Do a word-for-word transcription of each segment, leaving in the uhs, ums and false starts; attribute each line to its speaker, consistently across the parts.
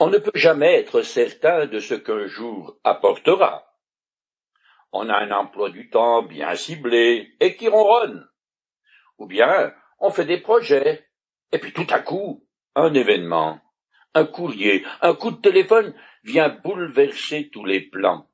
Speaker 1: On ne peut jamais être certain de ce qu'un jour apportera. On a un emploi du temps bien ciblé et qui ronronne. Ou bien on fait des projets, et puis tout à coup, un événement, un courrier, un coup de téléphone vient bouleverser tous les plans.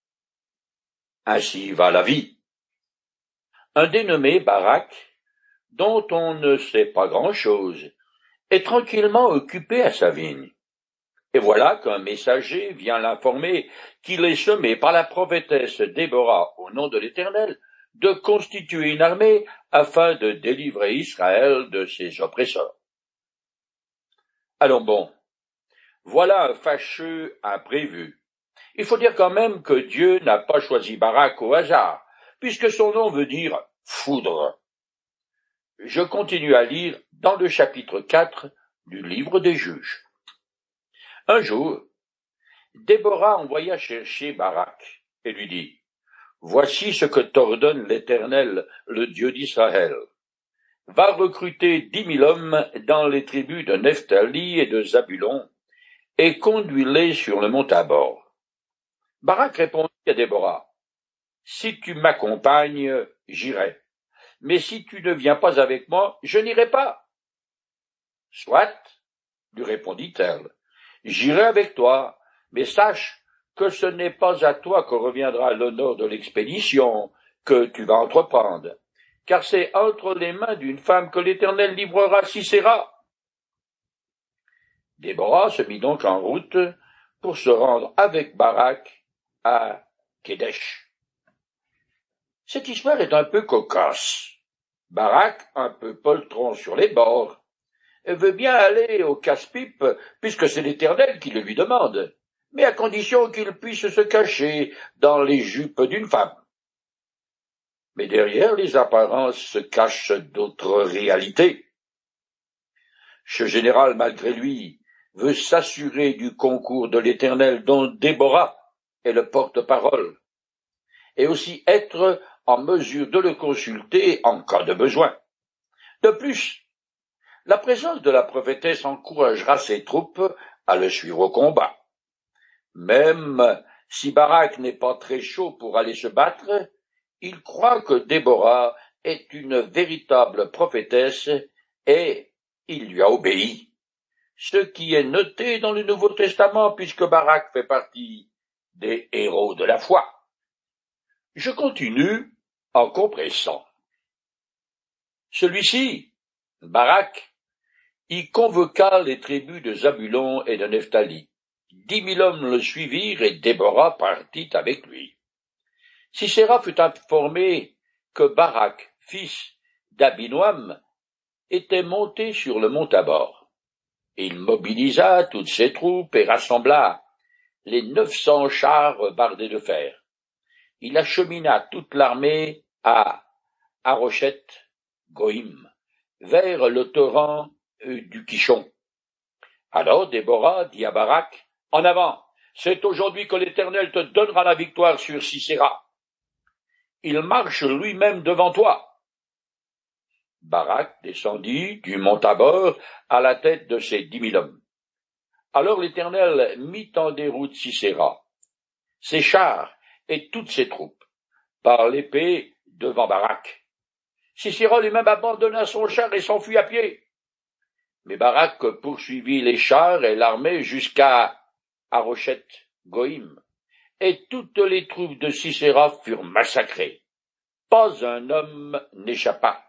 Speaker 1: Ainsi va la vie. Un dénommé Barak, dont on ne sait pas grand-chose, est tranquillement occupé à sa vigne. Et voilà qu'un messager vient l'informer qu'il est sommé par la prophétesse Déborah au nom de l'Éternel de constituer une armée afin de délivrer Israël de ses oppresseurs. Allons bon, voilà un fâcheux imprévu. Il faut dire quand même que Dieu n'a pas choisi Barak au hasard, puisque son nom veut dire foudre. Je continue à lire dans le chapitre quatre du livre des Juges. Un jour, Déborah envoya chercher Barak et lui dit, « Voici ce que t'ordonne l'Éternel, le Dieu d'Israël. Va recruter dix mille hommes dans les tribus de Nephtali et de Zabulon, et conduis-les sur le mont Tabor. » Barak répondit à Déborah, « Si tu m'accompagnes, j'irai, mais si tu ne viens pas avec moi, je n'irai pas. » « Soit, lui répondit-elle, j'irai avec toi, mais sache que ce n'est pas à toi que reviendra l'honneur de l'expédition que tu vas entreprendre, car c'est entre les mains d'une femme que l'Éternel livrera Sisera. » Déborah se mit donc en route pour se rendre avec Barak à Kédesh. Cette histoire est un peu cocasse. Barak, un peu poltron sur les bords, veut bien aller au casse-pipe, puisque c'est l'Éternel qui le lui demande, mais à condition qu'il puisse se cacher dans les jupes d'une femme. Mais derrière les apparences se cachent d'autres réalités. Ce général, malgré lui, veut s'assurer du concours de l'Éternel dont Déborah est le porte-parole, et aussi être en mesure de le consulter en cas de besoin. De plus, la présence de la prophétesse encouragera ses troupes à le suivre au combat. Même si Barak n'est pas très chaud pour aller se battre, il croit que Déborah est une véritable prophétesse et il lui a obéi, ce qui est noté dans le Nouveau Testament puisque Barak fait partie des héros de la foi. Je continue en compressant. Celui-ci, Barak, y convoqua les tribus de Zabulon et de Nephtali. Dix mille hommes le suivirent et Déborah partit avec lui. Sisera fut informé que Barak, fils d'Abinoam, était monté sur le mont Tabor. Il mobilisa toutes ses troupes et rassembla les neuf cents chars bardés de fer. Il achemina toute l'armée à Haroshet Goïm, vers le torrent du Kishon. Alors Déborah dit à Barak, « En avant, c'est aujourd'hui que l'Éternel te donnera la victoire sur Sisera. Il marche lui-même devant toi. » Barak descendit du mont Tabor à la tête de ses dix mille hommes. Alors l'Éternel mit en déroute Sisera, ses chars et toutes ses troupes, par l'épée devant Barak. Sisera lui-même abandonna son char et s'enfuit à pied. Mais Barak poursuivit les chars et l'armée jusqu'à Haroshet Goïm, et toutes les troupes de Sisera furent massacrées. Pas un homme n'échappa.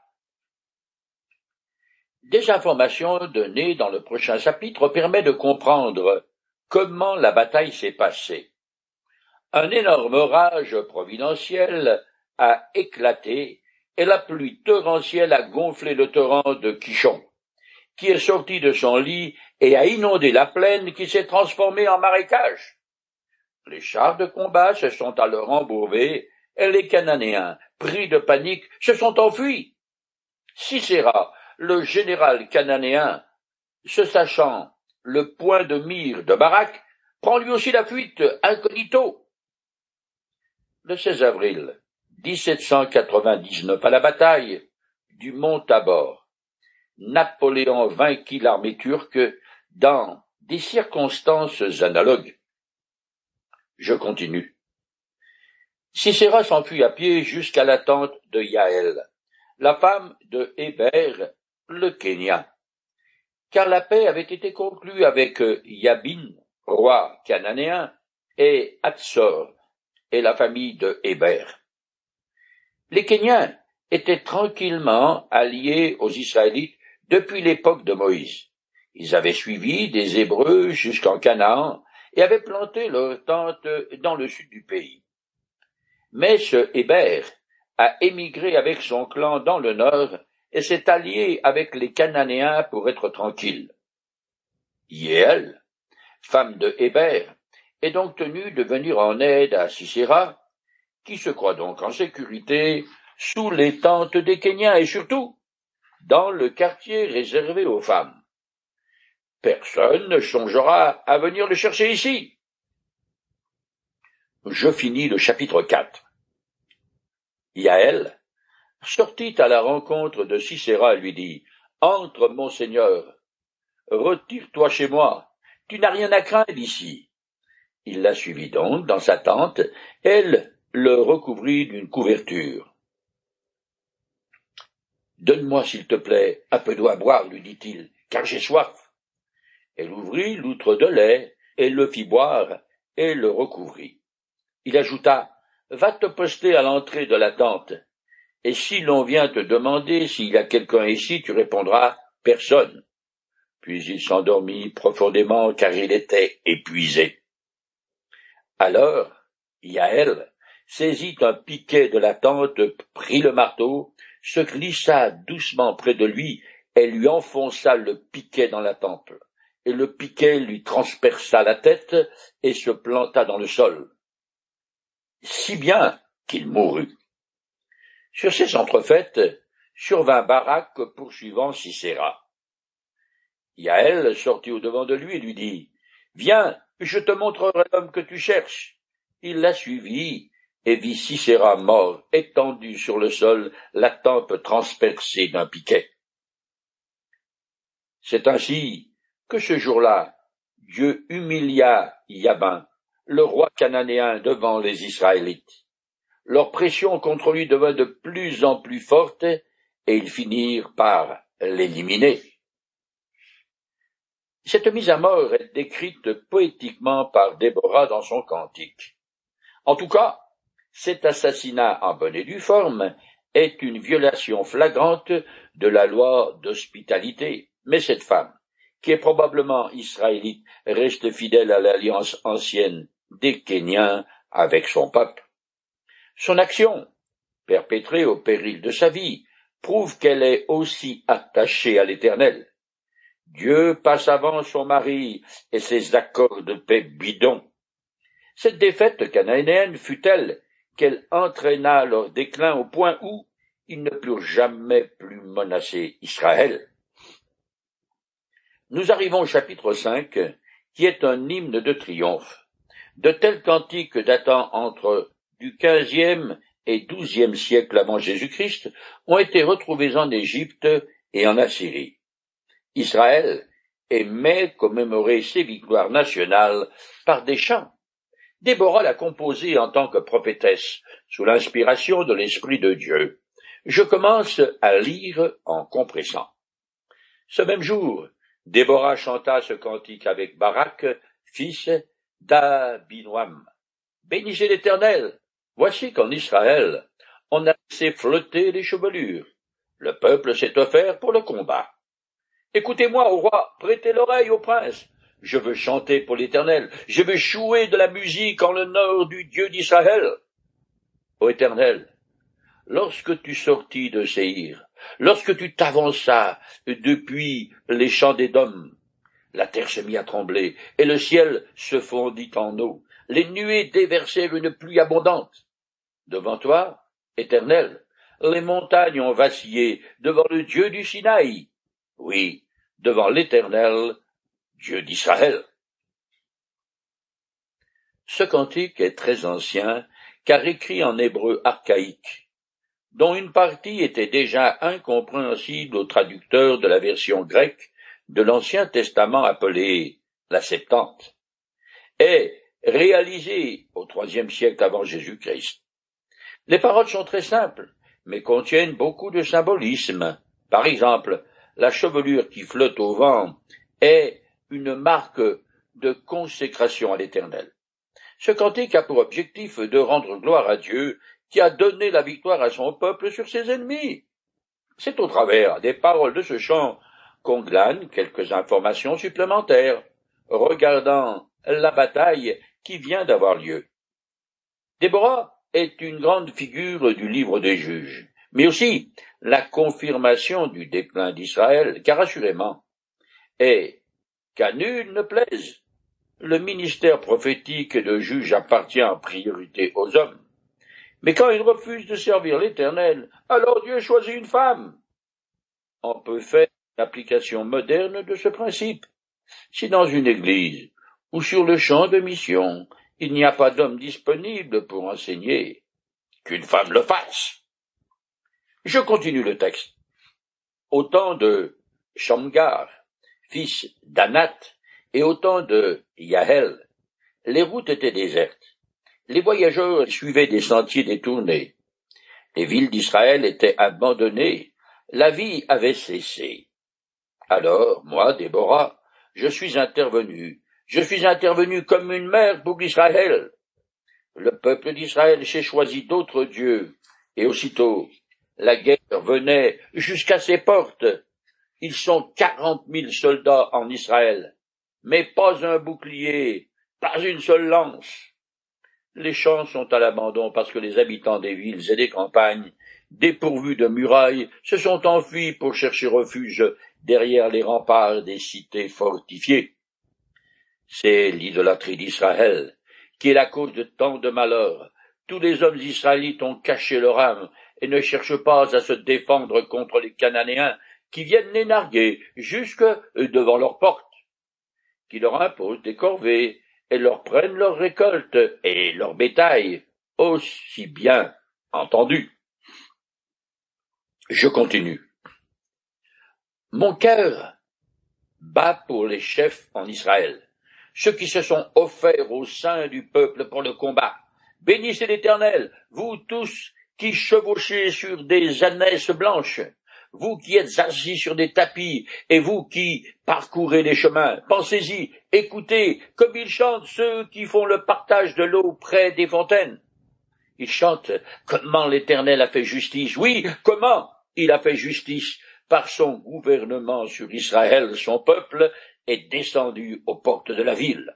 Speaker 1: Des informations données dans le prochain chapitre permettent de comprendre comment la bataille s'est passée. Un énorme orage providentiel a éclaté et la pluie torrentielle a gonflé le torrent de Kishon, qui est sorti de son lit et a inondé la plaine qui s'est transformée en marécage. Les chars de combat se sont alors embourbés et les Cananéens, pris de panique, se sont enfuis. Sisera, le général cananéen, se sachant le point de mire de Barak, prend lui aussi la fuite incognito. Le seize avril dix-sept cent quatre-vingt-dix-neuf, à la bataille du mont Tabor, Napoléon vainquit l'armée turque dans des circonstances analogues. Je continue. Sisera s'enfuit à pied jusqu'à la tente de Yaël, la femme de Héber, le Kénien, car la paix avait été conclue avec Yabin, roi cananéen, et Hatsor, et la famille de Héber. Les Kéniens étaient tranquillement alliés aux Israélites depuis l'époque de Moïse. Ils avaient suivi des Hébreux jusqu'en Canaan et avaient planté leur tente dans le sud du pays. Mais ce Héber a émigré avec son clan dans le nord et s'est allié avec les Cananéens pour être tranquille. Yéel, femme de Héber, est donc tenue de venir en aide à Sisera, qui se croit donc en sécurité sous les tentes des Kéniens et surtout dans le quartier réservé aux femmes. Personne ne songera à venir le chercher ici. Je finis le chapitre quatre. Yaël sortit à la rencontre de Sisera et lui dit, « Entre, mon seigneur, retire-toi chez moi, tu n'as rien à craindre ici. » Il la suivit donc dans sa tente, elle le recouvrit d'une couverture. « Donne-moi, s'il te plaît, un peu d'eau à boire, lui dit-il, car j'ai soif. » Elle ouvrit l'outre de lait, et le fit boire, et le recouvrit. Il ajouta, « Va te poster à l'entrée de la tente, et si l'on vient te demander s'il y a quelqu'un ici, tu répondras, « Personne. » Puis il s'endormit profondément, car il était épuisé. Alors, Yaël saisit un piquet de la tente, prit le marteau, se glissa doucement près de lui, et lui enfonça le piquet dans la tempe. Et le piquet lui transperça la tête et se planta dans le sol, si bien qu'il mourut. Sur ces entrefaites, survint Barak poursuivant Sisera. Yaël sortit au-devant de lui et lui dit, « Viens, je te montrerai l'homme que tu cherches. » Il la suivit et vit Sisera mort, étendu sur le sol, la tempe transpercée d'un piquet. C'est ainsi que ce jour-là, Dieu humilia Yabin, le roi cananéen, devant les Israélites. Leur pression contre lui devint de plus en plus forte, et ils finirent par l'éliminer. Cette mise à mort est décrite poétiquement par Déborah dans son cantique. En tout cas, cet assassinat en bonne et due forme est une violation flagrante de la loi d'hospitalité. Mais cette femme, qui est probablement israélite, reste fidèle à l'alliance ancienne des Kéniens avec son peuple. Son action, perpétrée au péril de sa vie, prouve qu'elle est aussi attachée à l'Éternel. Dieu passe avant son mari et ses accords de paix bidons. Cette défaite cananéenne fut telle qu'elle entraîna leur déclin au point où ils ne purent jamais plus menacer Israël. Nous arrivons au chapitre cinq, qui est un hymne de triomphe. De tels cantiques datant entre du quinzième et douzième siècle avant Jésus-Christ ont été retrouvés en Égypte et en Assyrie. Israël aimait commémorer ses victoires nationales par des chants. Déborah l'a composé en tant que prophétesse, sous l'inspiration de l'Esprit de Dieu. Je commence à lire en compressant. Ce même jour, Déborah chanta ce cantique avec Barak, fils d'Abinoam. Bénissez l'Éternel. Voici qu'en Israël, on a laissé flotter les chevelures. Le peuple s'est offert pour le combat. Écoutez-moi, ô roi, prêtez l'oreille au prince. Je veux chanter pour l'Éternel. Je veux jouer de la musique en l'honneur du Dieu d'Israël. Ô Éternel, lorsque tu sortis de Séhir, lorsque tu t'avanças depuis les champs d'Édom, la terre se mit à trembler, et le ciel se fondit en eau. Les nuées déversèrent une pluie abondante. Devant toi, Éternel, les montagnes ont vacillé devant le Dieu du Sinaï. Oui, devant l'Éternel, Dieu d'Israël. Ce cantique est très ancien, car écrit en hébreu archaïque, dont une partie était déjà incompréhensible aux traducteurs de la version grecque de l'Ancien Testament appelée la Septante, est réalisée au troisième siècle avant Jésus-Christ. Les paroles sont très simples, mais contiennent beaucoup de symbolisme. Par exemple, la chevelure qui flotte au vent est une marque de consécration à l'Éternel. Ce cantique a pour objectif de rendre gloire à Dieu qui a donné la victoire à son peuple sur ses ennemis. C'est au travers des paroles de ce chant qu'on glane quelques informations supplémentaires regardant la bataille qui vient d'avoir lieu. Déborah est une grande figure du livre des Juges, mais aussi la confirmation du déclin d'Israël, car assurément, et qu'à nul ne plaise, le ministère prophétique de juge appartient en priorité aux hommes. Mais quand ils refusent de servir l'Éternel, alors Dieu choisit une femme. On peut faire une application moderne de ce principe. Si dans une église ou sur le champ de mission, il n'y a pas d'homme disponible pour enseigner, qu'une femme le fasse. Je continue le texte. Au temps de Shamgar, fils d'Anath, et au temps de Yahel, les routes étaient désertes. Les voyageurs suivaient des sentiers détournés. Les villes d'Israël étaient abandonnées. La vie avait cessé. Alors, moi, Déborah, je suis intervenu. Je suis intervenu comme une mère pour Israël. Le peuple d'Israël s'est choisi d'autres dieux, et aussitôt, la guerre venait jusqu'à ses portes. Ils sont quarante mille soldats en Israël, mais pas un bouclier, pas une seule lance. Les champs sont à l'abandon parce que les habitants des villes et des campagnes, dépourvus de murailles, se sont enfuis pour chercher refuge derrière les remparts des cités fortifiées. C'est l'idolâtrie d'Israël qui est la cause de tant de malheurs. Tous les hommes israélites ont caché leur âme et ne cherchent pas à se défendre contre les Cananéens qui viennent les narguer jusque devant leurs portes, qui leur imposent des corvées et leur prennent leurs récoltes et leur bétail, aussi bien entendu. Je continue. Mon cœur bat pour les chefs en Israël, ceux qui se sont offerts au sein du peuple pour le combat. Bénissez l'Éternel, vous tous qui chevauchez sur des ânesses blanches, vous qui êtes assis sur des tapis, et vous qui parcourez les chemins, pensez-y, écoutez, comme ils chantent ceux qui font le partage de l'eau près des fontaines. Ils chantent comment l'Éternel a fait justice. Oui, comment il a fait justice par son gouvernement sur Israël, son peuple est descendu aux portes de la ville.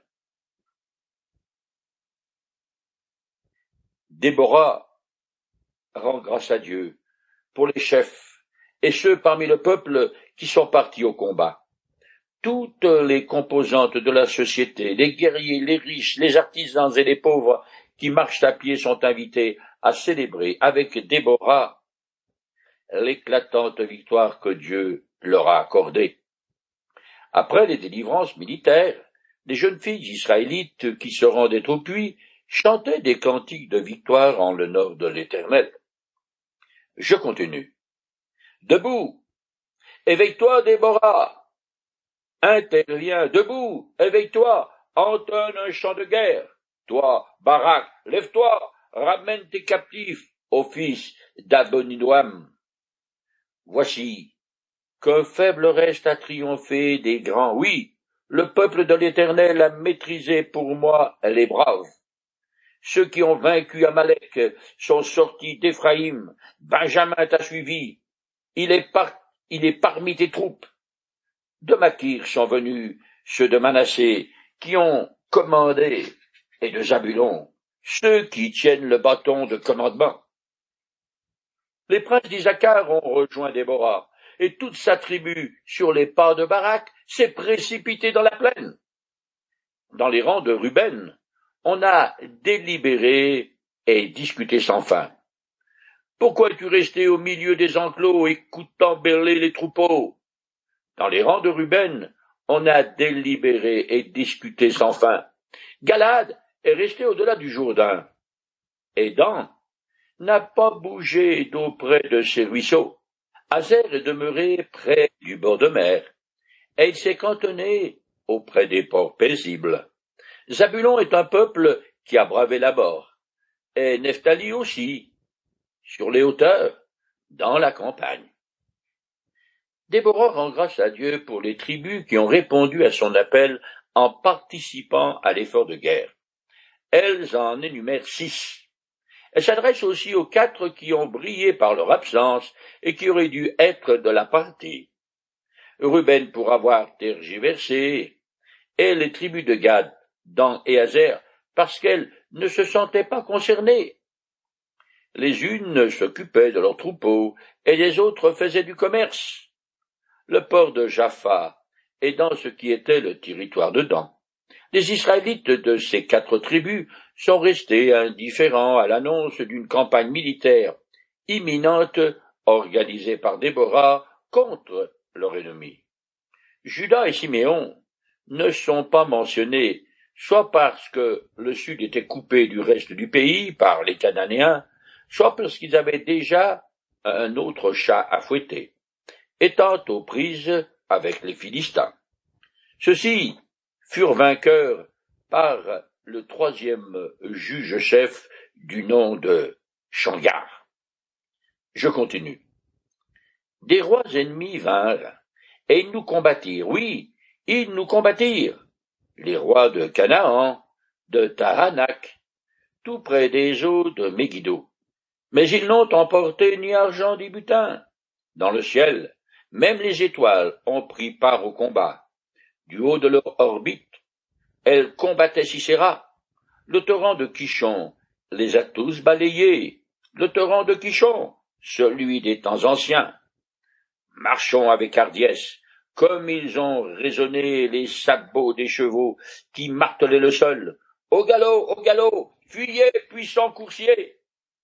Speaker 1: Déborah rend grâce à Dieu pour les chefs et ceux parmi le peuple qui sont partis au combat. Toutes les composantes de la société, les guerriers, les riches, les artisans et les pauvres qui marchent à pied sont invités à célébrer avec Déborah l'éclatante victoire que Dieu leur a accordée. Après les délivrances militaires, les jeunes filles israélites qui se rendaient au puits chantaient des cantiques de victoire en l'honneur de l'Éternel. Je continue. Debout, éveille-toi, Déborah. Interviens, debout, éveille-toi, entonne un chant de guerre. Toi, Barak, lève-toi, ramène tes captifs au fils d'Aboninoam. Voici qu'un faible reste a triomphé des grands. Oui, le peuple de l'Éternel a maîtrisé pour moi les braves. Ceux qui ont vaincu Amalek sont sortis d'Éphraïm. Benjamin t'a suivi. Il est, par, il est parmi tes troupes. De Makir sont venus ceux de Manassé qui ont commandé, et de Zabulon, ceux qui tiennent le bâton de commandement. Les princes d'Issacar ont rejoint Déborah, et toute sa tribu, sur les pas de Barak, s'est précipitée dans la plaine. Dans les rangs de Ruben, on a délibéré et discuté sans fin. Pourquoi es-tu resté au milieu des enclos, écoutant berler les troupeaux? Dans les rangs de Ruben, on a délibéré et discuté sans fin. Galad est resté au-delà du Jourdain, et Dan n'a pas bougé d'auprès de ses ruisseaux. Azer est demeuré près du bord de mer, et il s'est cantonné auprès des ports paisibles. Zabulon est un peuple qui a bravé la mort, et Nephtali aussi, sur les hauteurs, dans la campagne. Déborah rend grâce à Dieu pour les tribus qui ont répondu à son appel en participant à l'effort de guerre. Elles en énumèrent six. Elle s'adresse aussi aux quatre qui ont brillé par leur absence et qui auraient dû être de la partie. Ruben pour avoir tergiversé, et les tribus de Gad, Dan et Azer, parce qu'elles ne se sentaient pas concernées. Les unes s'occupaient de leurs troupeaux, et les autres faisaient du commerce. Le port de Jaffa est dans ce qui était le territoire de Dan. Les Israélites de ces quatre tribus sont restés indifférents à l'annonce d'une campagne militaire imminente organisée par Déborah contre leur ennemi. Juda et Siméon ne sont pas mentionnés, soit parce que le sud était coupé du reste du pays par les Cananéens, soit parce qu'ils avaient déjà un autre chat à fouetter, étant aux prises avec les Philistins. Ceux-ci furent vainqueurs par le troisième juge-chef du nom de Shamgar. Je continue. Des rois ennemis vinrent, et ils nous combattirent, oui, ils nous combattirent, les rois de Canaan, de Tahanak, tout près des eaux de Megiddo. Mais ils n'ont emporté ni argent ni butin. Dans le ciel, même les étoiles ont pris part au combat. Du haut de leur orbite, elles combattaient Sisera. Le torrent de Kishon les a tous balayés. Le torrent de Kishon, celui des temps anciens. Marchons avec hardiesse, comme ils ont résonné les sabots des chevaux qui martelaient le sol. Au galop, au galop, fuyez, puissants coursiers.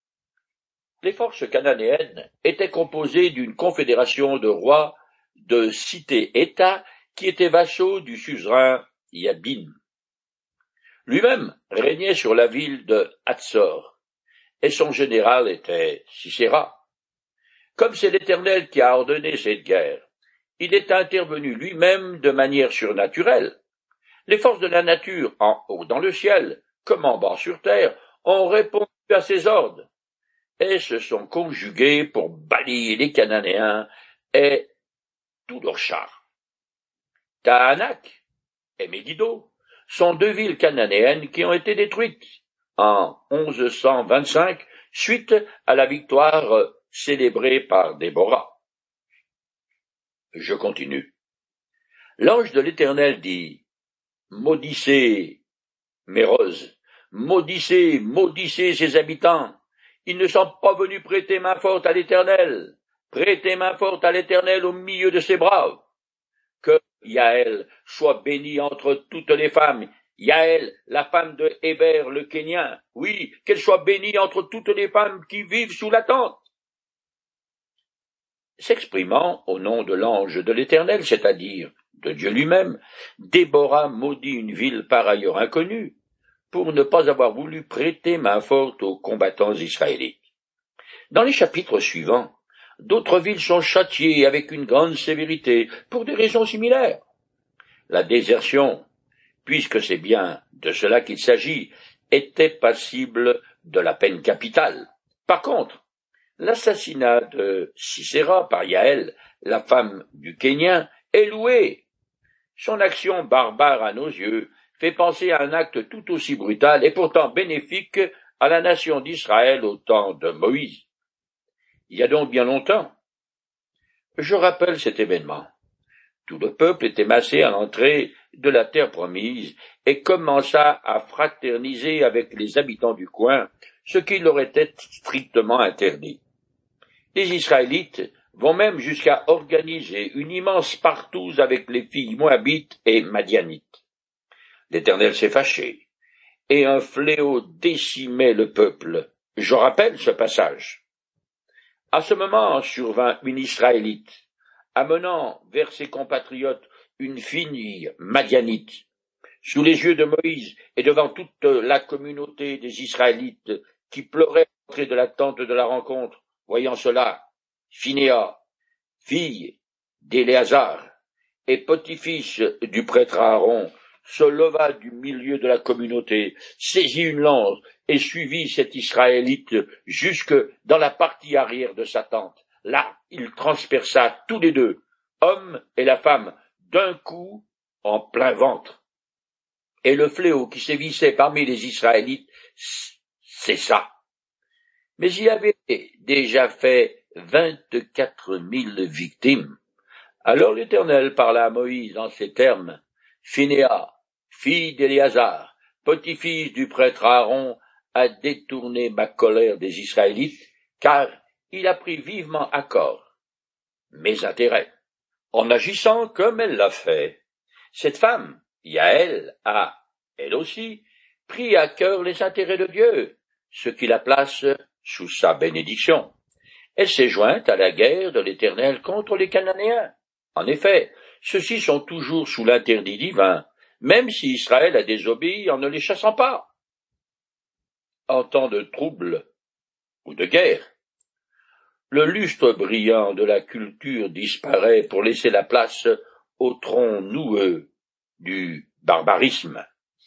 Speaker 1: Les forces cananéennes étaient composées d'une confédération de rois de cités-États qui étaient vassaux du suzerain Yabin. Lui-même régnait sur la ville de Hatzor, et son général était Sisera. Comme c'est l'Éternel qui a ordonné cette guerre, il est intervenu lui-même de manière surnaturelle. Les forces de la nature, en haut dans le ciel, comme en bas sur terre, ont répondu à ses ordres, et se sont conjuguées pour balayer les Cananéens et tous leurs chars. Tahanak et Megiddo sont deux villes cananéennes qui ont été détruites en onze cent vingt-cinq suite à la victoire célébrée par Déborah. Je continue. L'ange de l'Éternel dit, maudissez Méroz, maudissez, maudissez ses habitants. Ils ne sont pas venus prêter main forte à l'Éternel. Prêtez main forte à l'Éternel au milieu de ses braves. Que Yaël soit bénie entre toutes les femmes. Yaël, la femme de Héber le Kénien. Oui, qu'elle soit bénie entre toutes les femmes qui vivent sous la tente. S'exprimant au nom de l'ange de l'Éternel, c'est-à-dire de Dieu lui-même, Déborah maudit une ville par ailleurs inconnue, pour ne pas avoir voulu prêter main forte aux combattants israélites. Dans les chapitres suivants, d'autres villes sont châtiées avec une grande sévérité pour des raisons similaires. La désertion, puisque c'est bien de cela qu'il s'agit, était passible de la peine capitale. Par contre, l'assassinat de Sisera par Yaël, la femme du Kénien, est loué. Son action barbare à nos yeux fait penser à un acte tout aussi brutal et pourtant bénéfique à la nation d'Israël au temps de Moïse. Il y a donc bien longtemps. Je rappelle cet événement. Tout le peuple était massé à l'entrée de la terre promise et commença à fraterniser avec les habitants du coin, ce qui leur était strictement interdit. Les Israélites vont même jusqu'à organiser une immense partouze avec les filles moabites et madianites. L'Éternel s'est fâché, et un fléau décimait le peuple. Je rappelle ce passage. À ce moment survint une Israélite, amenant vers ses compatriotes une fille madianite. Sous les yeux de Moïse et devant toute la communauté des Israélites qui pleuraient à l'entrée de la tente de la rencontre, voyant cela, Phinéa, fille d'Éléazar, Et Petit-Fils du prêtre Aaron se leva du milieu de la communauté, saisit une lance et suivit cet Israélite jusque dans la partie arrière de sa tente. Là, il transperça tous les deux, l'homme et la femme, d'un coup en plein ventre. Et le fléau qui sévissait parmi les Israélites cessa. Mais il avait déjà fait vingt-quatre mille victimes. Alors l'Éternel parla à Moïse en ces termes: Phinehas, fille d'Éléazar, petit-fils du prêtre Aaron, a détourné ma colère des Israélites, car il a pris vivement à corps mes intérêts, en agissant comme elle l'a fait. Cette femme, Yaël, a, elle aussi, pris à cœur les intérêts de Dieu, ce qui la place sous sa bénédiction. Elle s'est jointe à la guerre de l'Éternel contre les Cananéens. En effet, ceux-ci sont toujours sous l'interdit divin, même si Israël a désobéi en ne les chassant pas. En temps de trouble ou de guerre, le lustre brillant de la culture disparaît pour laisser la place au tronc noueux du barbarisme.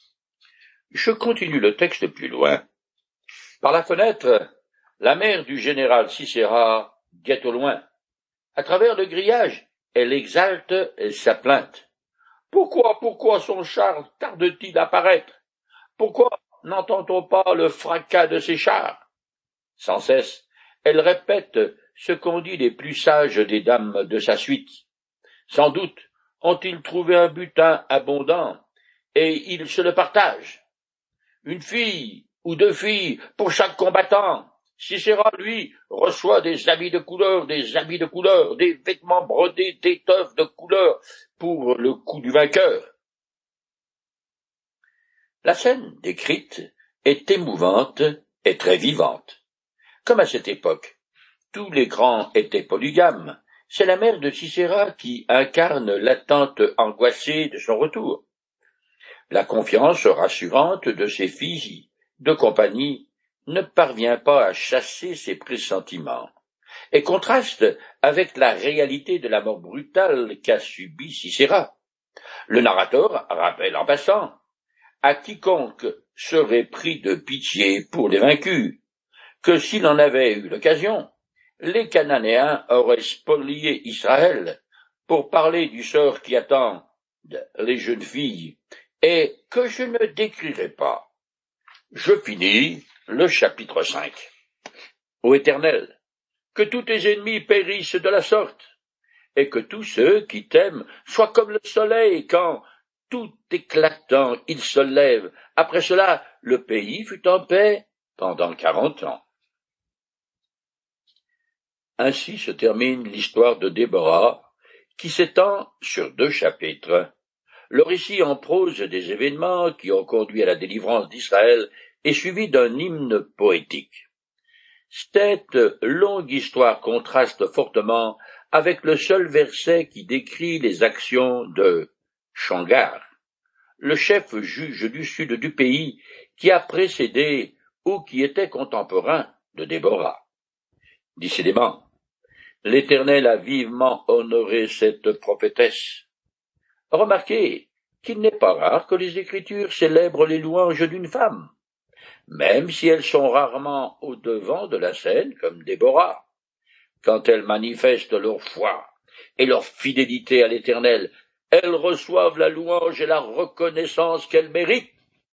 Speaker 1: Je continue le texte plus loin. Par la fenêtre, la mère du général Sisera guette au loin. À travers le grillage, elle exalte sa plainte. Pourquoi, pourquoi son char tarde-t-il à paraître? Pourquoi n'entend-on pas le fracas de ses chars? Sans cesse, elle répète ce qu'ont dit les plus sages des dames de sa suite. Sans doute ont-ils trouvé un butin abondant, et ils se le partagent. Une fille ou deux filles pour chaque combattant. Sisera, lui, reçoit des habits de couleur, des habits de couleur, des vêtements brodés d'étoffes de couleur pour le coup du vainqueur. La scène décrite est émouvante et très vivante. Comme à cette époque, tous les grands étaient polygames. C'est la mère de Sisera qui incarne l'attente angoissée de son retour. La confiance rassurante de ses filles de compagnie ne parvient pas à chasser ses pressentiments, et contraste avec la réalité de la mort brutale qu'a subie Sisera. Le narrateur rappelle en passant à quiconque serait pris de pitié pour les vaincus, que s'il en avait eu l'occasion, les Cananéens auraient spolié Israël pour parler du sort qui attend les jeunes filles, et que je ne décrirai pas. Je finis le chapitre cinq. Ô Éternel, que tous tes ennemis périssent de la sorte, et que tous ceux qui t'aiment soient comme le soleil quand, tout éclatant, il se lève. Après cela, le pays fut en paix pendant quarante ans. Ainsi se termine l'histoire de Déborah, qui s'étend sur deux chapitres. Le récit en prose des événements qui ont conduit à la délivrance d'Israël est suivi d'un hymne poétique. Cette longue histoire contraste fortement avec le seul verset qui décrit les actions de Shamgar, le chef juge du sud du pays qui a précédé ou qui était contemporain de Déborah. Décidément, l'Éternel a vivement honoré cette prophétesse. Remarquez qu'il n'est pas rare que les Écritures célèbrent les louanges d'une femme, même si elles sont rarement au devant de la scène, comme Déborah. Quand elles manifestent leur foi et leur fidélité à l'Éternel, elles reçoivent la louange et la reconnaissance qu'elles méritent.